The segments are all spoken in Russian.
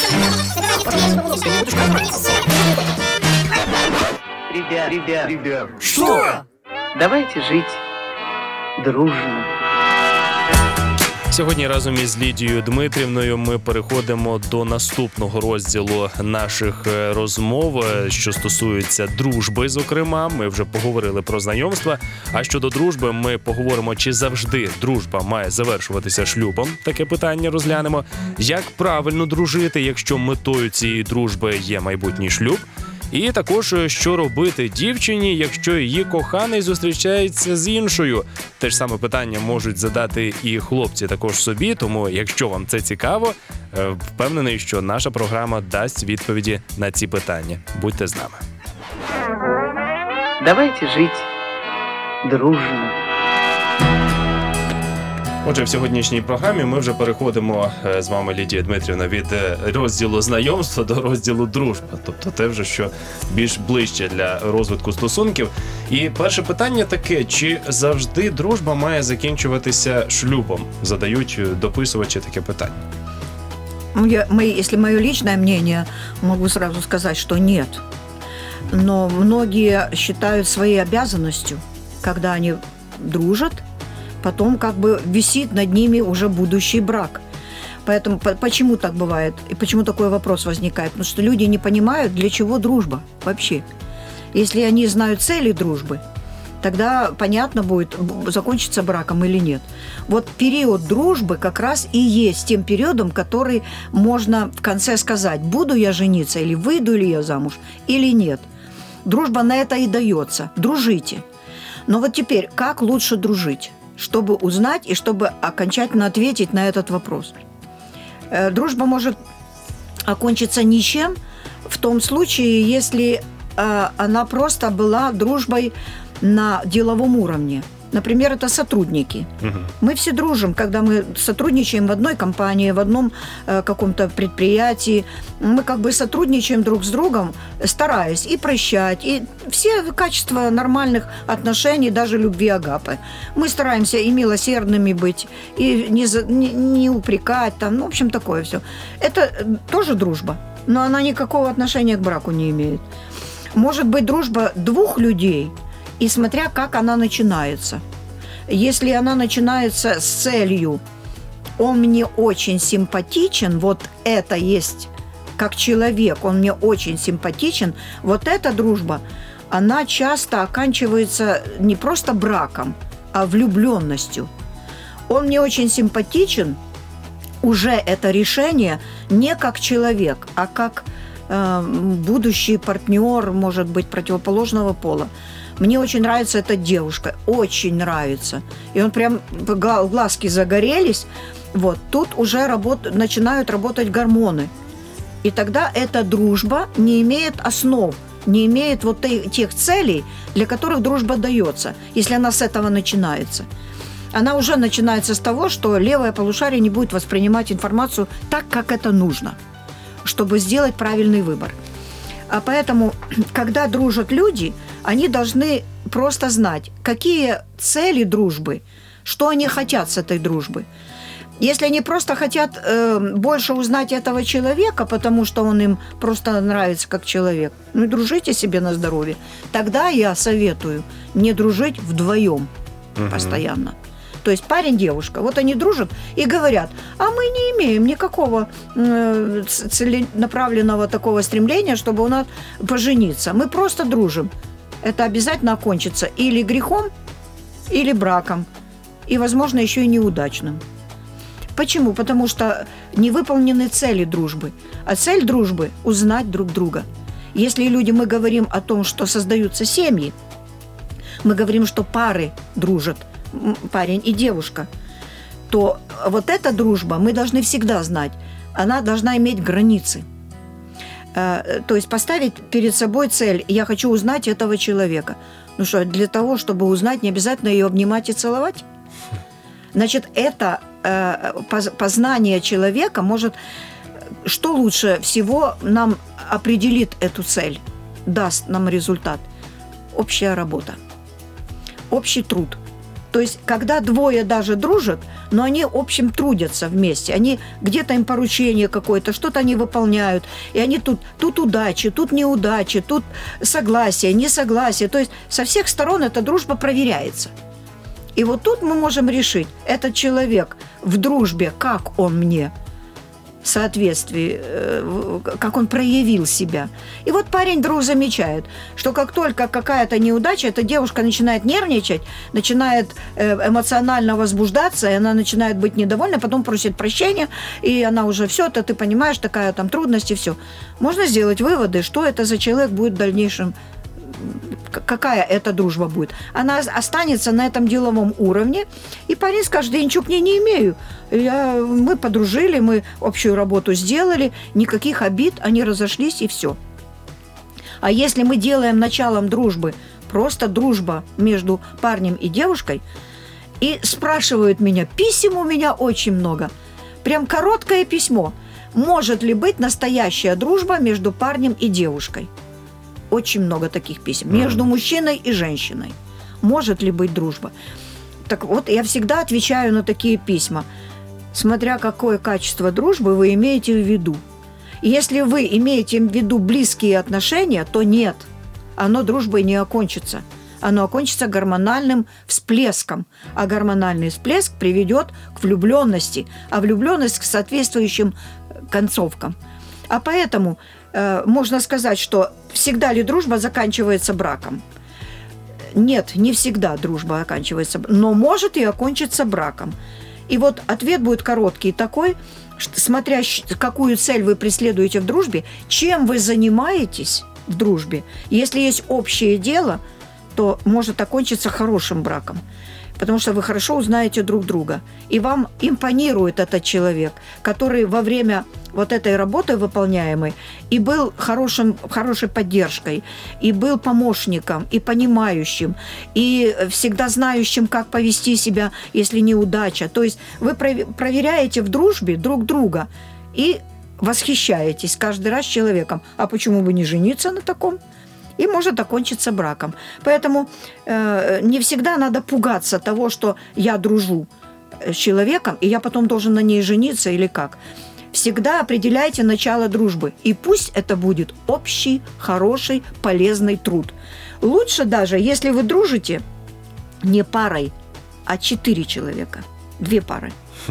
Ребят. Что? Давайте жить дружно. Сьогодні разом із Лідією Дмитрівною ми переходимо до наступного розділу наших розмов, що стосується дружби, зокрема. Ми вже поговорили про знайомства. А щодо дружби, ми поговоримо, чи завжди дружба має завершуватися шлюбом. Таке питання розглянемо. Як правильно дружити, якщо метою цієї дружби є майбутній шлюб? І також, що робити дівчині, якщо її коханий зустрічається з іншою. Те ж саме питання можуть задати і хлопці також собі, тому якщо вам це цікаво, впевнений, що наша програма дасть відповіді на ці питання. Будьте з нами. Давайте жить дружно. Отже, в сьогоднішній програмі ми вже переходимо з вами, Лідія Дмитрівна, від розділу знайомства до розділу дружба. Тобто те вже, що більш ближче для розвитку стосунків. І перше питання таке, чи завжди дружба має закінчуватися шлюбом? Задають дописувачі таке питання. Если мое личное мнение, могу сразу сказать, что нет. Но многие считают своей обязанностью, когда они дружат, потом как бы висит над ними уже будущий брак. Поэтому почему так бывает? И почему такой вопрос возникает? Потому что люди не понимают, для чего дружба вообще. Если они знают цели дружбы, тогда понятно будет, закончится браком или нет. Вот период дружбы как раз и есть тем периодом, который можно в конце сказать, буду я жениться или выйду ли я замуж или нет. Дружба на это и дается. Дружите. Но вот теперь, как лучше дружить? Чтобы узнать и чтобы окончательно ответить на этот вопрос. Дружба может окончиться ничем в том случае, если она просто была дружбой на деловом уровне. Например, это сотрудники. Мы все дружим, когда мы сотрудничаем в одной компании, в одном каком-то предприятии. Мы как бы сотрудничаем друг с другом, стараясь и прощать, и все качества нормальных отношений, даже любви агапы. Мы стараемся и милосердными быть, и не упрекать, там, в общем, такое все. Это тоже дружба, но она никакого отношения к браку не имеет. Может быть дружба двух людей, и смотря как она начинается. Если она начинается с целью «он мне очень симпатичен», вот это есть как человек, он мне очень симпатичен, вот эта дружба, она часто оканчивается не просто браком, а влюбленностью. Он мне очень симпатичен, уже это решение не как человек, а как будущий партнер, может быть, противоположного пола. Мне очень нравится эта девушка, очень нравится. И он прям, глазки загорелись, вот, тут уже начинают работать гормоны. И тогда эта дружба не имеет основ, не имеет вот тех целей, для которых дружба дается, если она с этого начинается. Она уже начинается с того, что левое полушарие не будет воспринимать информацию так, как это нужно, чтобы сделать правильный выбор. А поэтому, когда дружат люди, они должны просто знать, какие цели дружбы, что они хотят с этой дружбы. Если они просто хотят больше узнать этого человека, потому что он им просто нравится как человек, ну и дружите себе на здоровье, тогда я советую не дружить вдвоем постоянно. То есть парень-девушка, вот они дружат и говорят, а мы не имеем никакого целенаправленного такого стремления, чтобы у нас пожениться. Мы просто дружим. Это обязательно окончится или грехом, или браком, и, возможно, еще и неудачным. Почему? Потому что не выполнены цели дружбы. А цель дружбы – узнать друг друга. Если мы говорим о том, что создаются семьи, мы говорим, что пары дружат, парень и девушка, то вот эта дружба, мы должны всегда знать, она должна иметь границы. То есть поставить перед собой цель, я хочу узнать этого человека. Ну что, для того, чтобы узнать, не обязательно ее обнимать и целовать? Значит, это познание человека может, что лучше всего нам определит эту цель, даст нам результат? Общая работа, общий труд. То есть, когда двое даже дружат, но они, в общем, трудятся вместе. Они где-то им поручение какое-то, что-то они выполняют. И они тут удачи, тут неудачи, тут согласие, несогласие. То есть, со всех сторон эта дружба проверяется. И вот тут мы можем решить, этот человек в дружбе, как он мне в соответствии, как он проявил себя. И вот парень вдруг замечает, что как только какая-то неудача, эта девушка начинает нервничать, начинает эмоционально возбуждаться, и она начинает быть недовольна, потом просит прощения, и она уже все, ты понимаешь, такая там трудность и все. Можно сделать выводы, что это за человек будет в дальнейшем, какая эта дружба будет. Она останется на этом деловом уровне, и парень скажет, я ничего к ней не имею. Мы подружили, мы общую работу сделали, никаких обид, они разошлись, и все. А если мы делаем началом дружбы просто дружба между парнем и девушкой, и спрашивают меня, писем у меня очень много, прям короткое письмо, может ли быть настоящая дружба между парнем и девушкой? Очень много таких писем. Между мужчиной и женщиной. Может ли быть дружба? Так вот, я всегда отвечаю на такие письма. Смотря какое качество дружбы вы имеете в виду. И если вы имеете в виду близкие отношения, то нет. Оно дружбой не окончится. Оно окончится гормональным всплеском. А гормональный всплеск приведет к влюбленности. А влюбленность к соответствующим концовкам. А поэтому можно сказать, что всегда ли дружба заканчивается браком? Нет, не всегда дружба оканчивается, но может и окончиться браком. И вот ответ будет короткий такой, что, смотря какую цель вы преследуете в дружбе, чем вы занимаетесь в дружбе. Если есть общее дело, то может окончиться хорошим браком. Потому что вы хорошо узнаете друг друга. И вам импонирует этот человек, который во время вот этой работы выполняемой и был хорошей поддержкой, и был помощником, и понимающим, и всегда знающим, как повести себя, если неудача. То есть вы проверяете в дружбе друг друга и восхищаетесь каждый раз человеком. А почему бы не жениться на таком? И может окончиться браком. Поэтому не всегда надо пугаться того, что я дружу с человеком, и я потом должен на ней жениться или как. Всегда определяйте начало дружбы. И пусть это будет общий, хороший, полезный труд. Лучше даже, если вы дружите не парой, а 4 человека. 2 пары.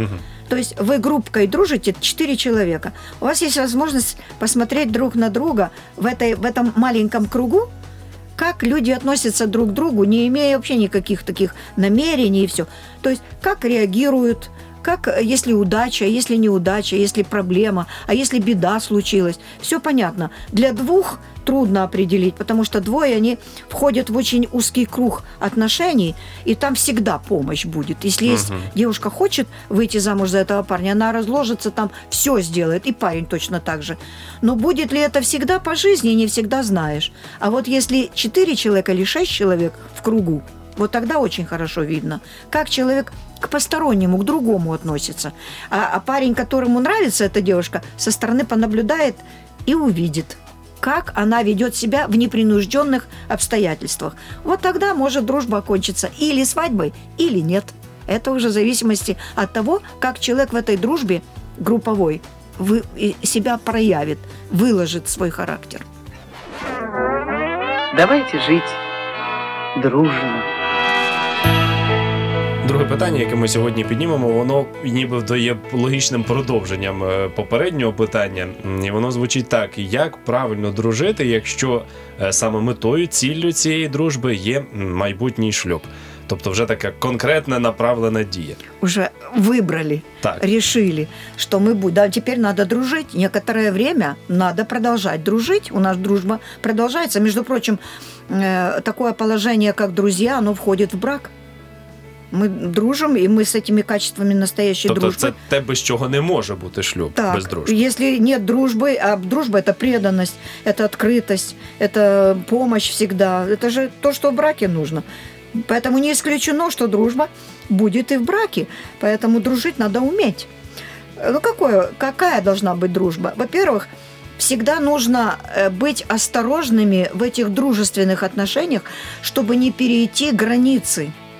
То есть вы группкой дружите, 4 человека. У вас есть возможность посмотреть друг на друга в этом маленьком кругу, как люди относятся друг к другу, не имея вообще никаких таких намерений и все. То есть как реагируют, как, если удача, если неудача, если проблема, а если беда случилась. Все понятно. Для 2 трудно определить, потому что 2, они входят в очень узкий круг отношений, и там всегда помощь будет. Если есть девушка хочет выйти замуж за этого парня, она разложится там, все сделает, и парень точно так же. Но будет ли это всегда по жизни, не всегда знаешь. А вот если 4 человека или 6 человек в кругу, вот тогда очень хорошо видно, как человек к постороннему, к другому относится. А парень, которому нравится эта девушка, со стороны понаблюдает и увидит, как она ведет себя в непринужденных обстоятельствах. Вот тогда может дружба окончиться или свадьбой, или нет. Это уже в зависимости от того, как человек в этой дружбе групповой себя проявит, выложит свой характер. Давайте жить дружно. Друге питання, яке ми сьогодні піднімемо, воно нібито є логічним продовженням попереднього питання. І воно звучить так: як правильно дружити, якщо саме метою, ціллю цієї дружби є майбутній шлюб? Тобто вже така конкретна направлена дія. Уже выбрали, решили, что мы будем. Да, теперь надо дружить. Некоторое время надо продолжать дружить. У нас дружба продолжается. Между прочим, такое положение, как друзья, оно входит в брак. Ми дружимо, і ми з цими качествами настоящей дружби. Тобто це те, без чого не може бути шлюб, так, без дружби. Если нет дружбы, а дружба – это преданность, это открытость, это помощь всегда. Это же то, что в браке нужно. Поэтому не исключено, что дружба будет и в браке. Поэтому дружить надо уметь. Ну, какая должна быть дружба? Во-первых, всегда нужно быть осторожными в этих дружественных отношениях, чтобы не перейти границы.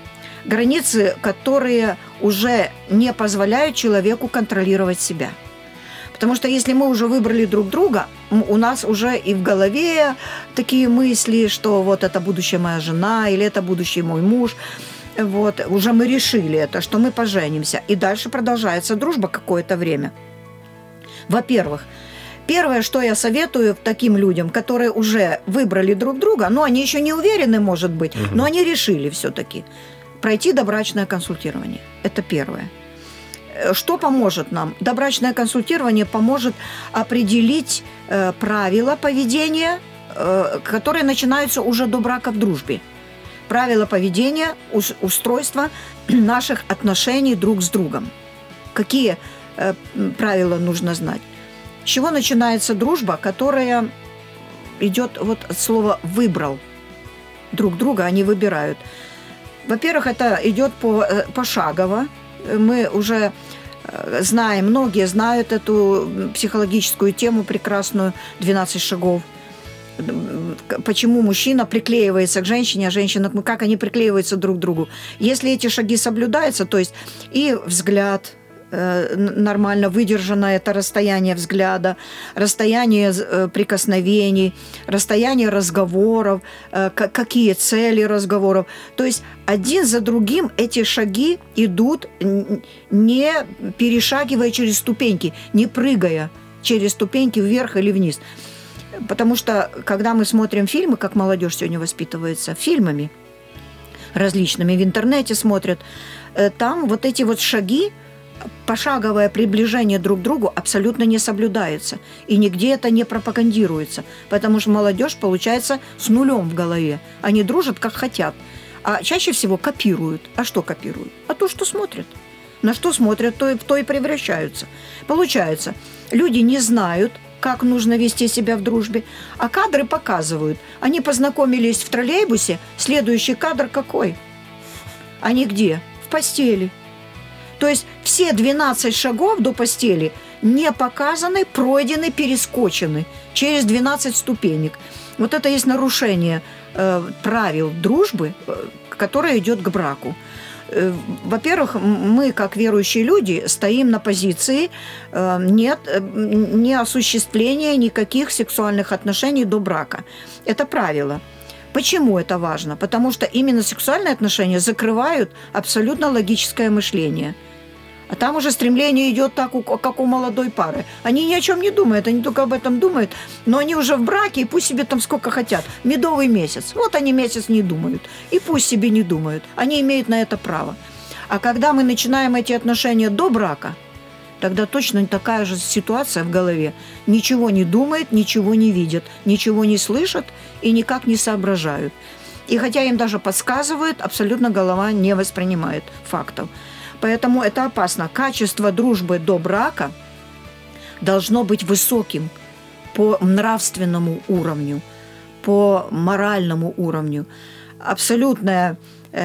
границы, которые уже не позволяют человеку контролировать себя. Потому что если мы уже выбрали друг друга, у нас уже и в голове такие мысли, что вот это будущая моя жена или это будущий мой муж. Вот, уже мы решили это, что мы поженимся. И дальше продолжается дружба какое-то время. Во-первых, первое, что я советую таким людям, которые уже выбрали друг друга, но они еще не уверены, может быть, но они решили все-таки пройти добрачное консультирование. Это первое. Что поможет нам? Добрачное консультирование поможет определить правила поведения, которые начинаются уже до брака в дружбе. Правила поведения, устройства наших отношений друг с другом. Какие правила нужно знать? С чего начинается дружба, которая идет вот от слова «выбрал». Друг друга они выбирают. Во-первых, это идет пошагово. Мы уже знаем, многие знают эту психологическую тему прекрасную «12 шагов». Почему мужчина приклеивается к женщине, а женщина, как они приклеиваются друг к другу. Если эти шаги соблюдаются, то есть и взгляд, нормально выдержано это расстояние взгляда, расстояние прикосновений, расстояние разговоров, какие цели разговоров. То есть один за другим эти шаги идут, не перешагивая через ступеньки, не прыгая через ступеньки вверх или вниз. Потому что, когда мы смотрим фильмы, как молодежь сегодня воспитывается фильмами различными, в интернете смотрят, там вот эти вот шаги, пошаговое приближение друг к другу абсолютно не соблюдается. И нигде это не пропагандируется. Потому что молодежь, получается, с нулем в голове. Они дружат, как хотят. А чаще всего копируют. А что копируют? А то, что смотрят. На что смотрят, в то и превращаются. Получается, люди не знают, как нужно вести себя в дружбе, а кадры показывают. Они познакомились в троллейбусе, следующий кадр какой? Они где? В постели. То есть все 12 шагов до постели не показаны, пройдены, перескочены через 12 ступенек. Вот это есть нарушение правил дружбы, которое идет к браку. Во-первых, мы, как верующие люди, стоим на позиции нет не осуществления никаких сексуальных отношений до брака. Это правило. Почему это важно? Потому что именно сексуальные отношения закрывают абсолютно логическое мышление. А там уже стремление идет так, как у молодой пары. Они ни о чем не думают, они только об этом думают, но они уже в браке, и пусть себе там сколько хотят. Медовый месяц. Вот они месяц не думают. И пусть себе не думают. Они имеют на это право. А когда мы начинаем эти отношения до брака, тогда точно такая же ситуация в голове. Ничего не думает, ничего не видят, ничего не слышат и никак не соображают. И хотя им даже подсказывают, абсолютно голова не воспринимает фактов. Поэтому это опасно. Качество дружбы до брака должно быть высоким по нравственному уровню, по моральному уровню. Абсолютная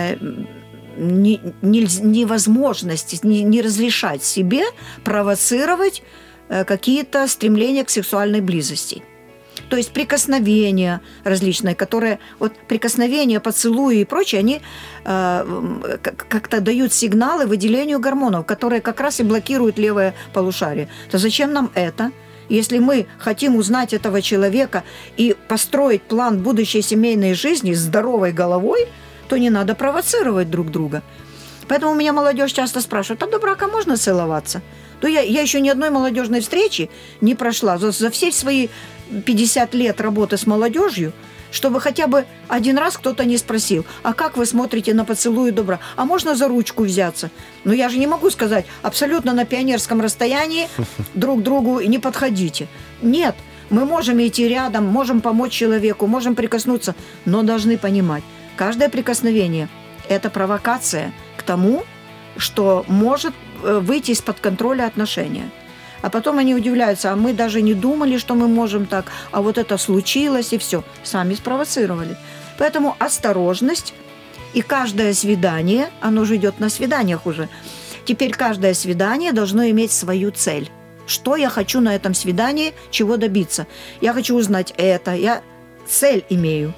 невозможность не разрешать себе провоцировать какие-то стремления к сексуальной близости. То есть прикосновения различные, которые, вот прикосновения, поцелуи и прочее, они как-то дают сигналы выделению гормонов, которые как раз и блокируют левое полушарие. То зачем нам это? Если мы хотим узнать этого человека и построить план будущей семейной жизни с здоровой головой, то не надо провоцировать друг друга. Поэтому меня молодежь часто спрашивает, а до брака можно целоваться? То я еще ни одной молодежной встречи не прошла за все свои 50 лет работы с молодежью, чтобы хотя бы один раз кто-то не спросил, а как вы смотрите на поцелуи до брака? А можно за ручку взяться? Но я же не могу сказать, абсолютно на пионерском расстоянии друг другу не подходите. Нет, мы можем идти рядом, можем помочь человеку, можем прикоснуться, но должны понимать, каждое прикосновение – это провокация к тому, что может выйти из-под контроля отношения. А потом они удивляются, а мы даже не думали, что мы можем так, а вот это случилось, и все. Сами спровоцировали. Поэтому осторожность, и каждое свидание, оно же идет на свиданиях уже, теперь каждое свидание должно иметь свою цель. Что я хочу на этом свидании, чего добиться? Я хочу узнать это, я цель имею.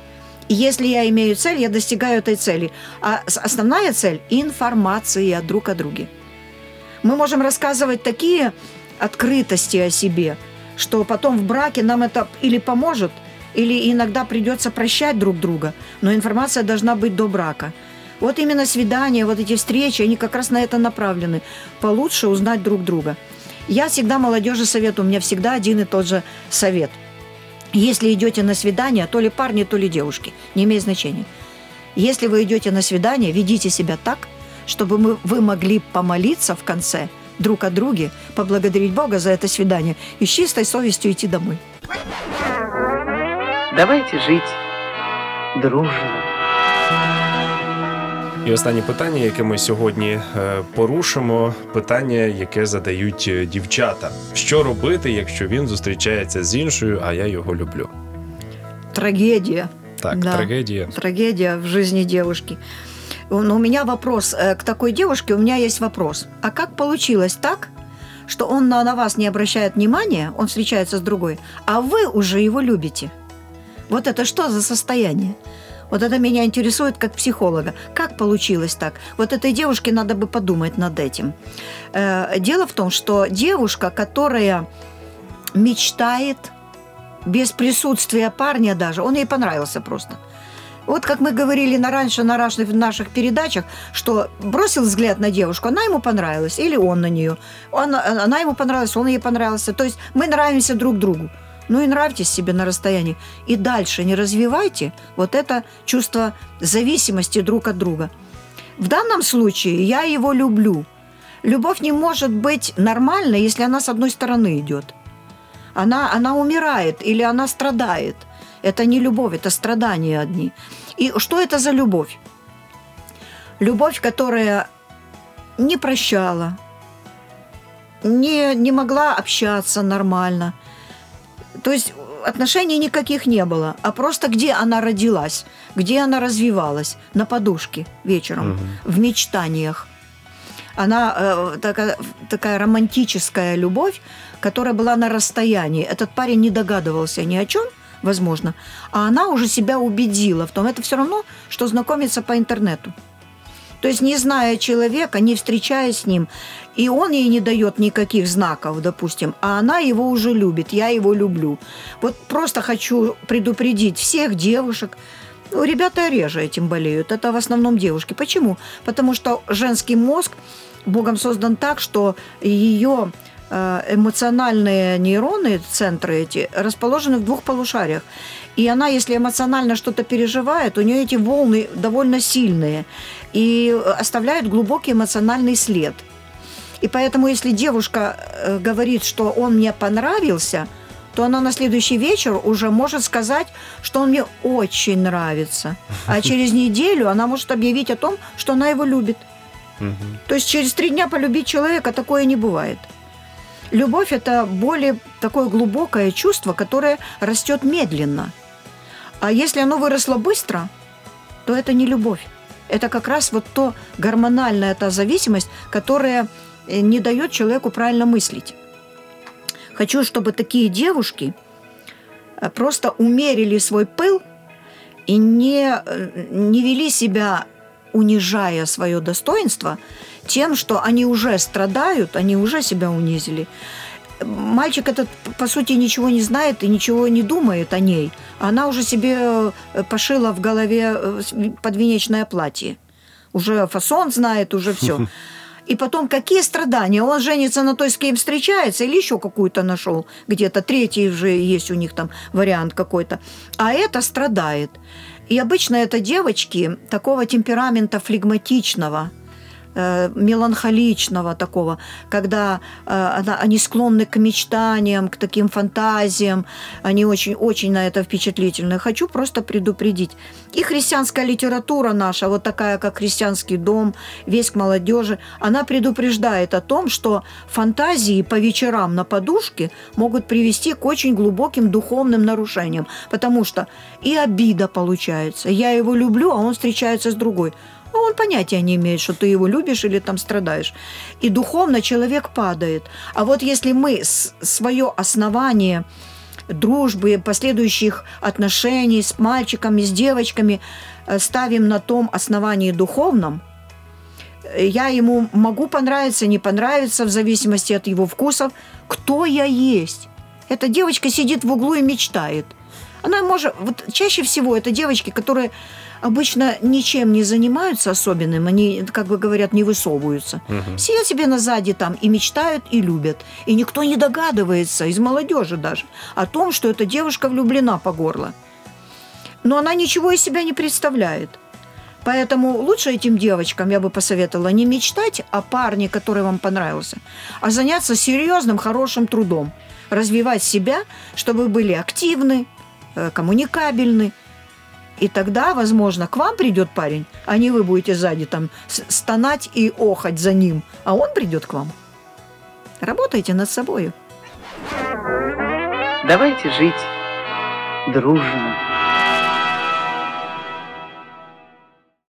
И если я имею цель, я достигаю этой цели. А основная цель – информация друг о друге. Мы можем рассказывать такие открытости о себе, что потом в браке нам это или поможет, или иногда придется прощать друг друга, но информация должна быть до брака. Вот именно свидания, вот эти встречи, они как раз на это направлены. Получше узнать друг друга. Я всегда молодежи советую, у меня всегда один и тот же совет. Если идете на свидание, то ли парни, то ли девушки, не имеет значения. Если вы идете на свидание, ведите себя так, чтобы вы могли помолиться в конце друг о друге, поблагодарить Бога за это свидание и с чистой совестью идти домой. Давайте жить дружно. І останнє питання, яке ми сьогодні порушимо, питання, яке задають дівчата. Що робити, якщо він зустрічається з іншою, а я його люблю? Трагедия. Так, Да. трагедия. Трагедия в жизни девушки. Но у меня вопрос к такой девушке, у меня есть вопрос. А как получилось так, что он на вас не обращает внимания, он встречается с другой, а вы уже его любите? Вот это что за состояние? Вот это меня интересует как психолога. Как получилось так? Вот этой девушке надо бы подумать над этим. Дело в том, что девушка, которая мечтает без присутствия парня даже, он ей понравился просто. Вот как мы говорили раньше на наших передачах, что бросил взгляд на девушку, она ему понравилась, или он на нее. Она ему понравилась, он ей понравился. То есть мы нравимся друг другу. Ну и нравьтесь себе на расстоянии. И дальше не развивайте вот это чувство зависимости друг от друга. В данном случае я его люблю. Любовь не может быть нормальной, если она с одной стороны идет. Она умирает или она страдает. Это не любовь, это страдания одни. И что это за любовь? Любовь, которая не прощала, не могла общаться нормально. То есть отношений никаких не было, а просто где она родилась, где она развивалась, на подушке вечером, в мечтаниях. Она такая романтическая любовь, которая была на расстоянии. Этот парень не догадывался ни о чем, возможно, а она уже себя убедила в том. Это все равно, что знакомиться по интернету. То есть, не зная человека, не встречаясь с ним, и он ей не дает никаких знаков, допустим, а она его уже любит, я его люблю. Вот просто хочу предупредить всех девушек, ребята реже этим болеют, это в основном девушки. Почему? Потому что женский мозг Богом создан так, что ее эмоциональные нейроны, центры эти, расположены в двух полушариях. И она, если эмоционально что-то переживает, у нее эти волны довольно сильные и оставляют глубокий эмоциональный след. И поэтому, если девушка говорит, что он мне понравился, то она на следующий вечер уже может сказать, что он мне очень нравится. А через неделю она может объявить о том, что она его любит. То есть через 3 дня полюбить человека такое не бывает. Любовь – это более такое глубокое чувство, которое растет медленно. А если оно выросло быстро, то это не любовь. Это как раз вот то гормональная та зависимость, которая не дает человеку правильно мыслить. Хочу, чтобы такие девушки просто умерили свой пыл и не вели себя, унижая свое достоинство, тем, что они уже страдают, они уже себя унизили. Мальчик этот, по сути, ничего не знает и ничего не думает о ней. Она уже себе пошила в голове подвенечное платье. Уже фасон знает, уже все. И потом, какие страдания? Он женится на той, с кем встречается, или еще какую-то нашел где-то. Третий уже есть у них там вариант какой-то. А это страдает. И обычно это девочки такого темперамента флегматичного, меланхоличного такого, когда они склонны к мечтаниям, к таким фантазиям, они очень-очень на это впечатлительны. Хочу просто предупредить. И христианская литература наша, вот такая, как «Христианский дом», «Весть к молодежи», она предупреждает о том, что фантазии по вечерам на подушке могут привести к очень глубоким духовным нарушениям, потому что и обида получается. Я его люблю, а он встречается с другой. А он понятия не имеет, что ты его любишь или там страдаешь. И духовно человек падает. А вот если мы свое основание дружбы, последующих отношений с мальчиками, с девочками ставим на том основании духовном, я ему могу понравиться, не понравиться, в зависимости от его вкусов, кто я есть. Эта девочка сидит в углу и мечтает. Она может... Вот чаще всего это девочки, которые обычно ничем не занимаются особенным, они, как бы говорят, не высовываются. Сидят себе назади там и мечтают, и любят. И никто не догадывается, из молодежи даже, о том, что эта девушка влюблена по горло. Но она ничего из себя не представляет. Поэтому лучше этим девочкам я бы посоветовала не мечтать о парне, который вам понравился, а заняться серьезным, хорошим трудом. Развивать себя, чтобы вы были активны, коммуникабельны. И тогда, возможно, к вам придет парень, а не вы будете сзади там стонать и охать за ним, а он придет к вам. Работайте над собой. Давайте жить дружно.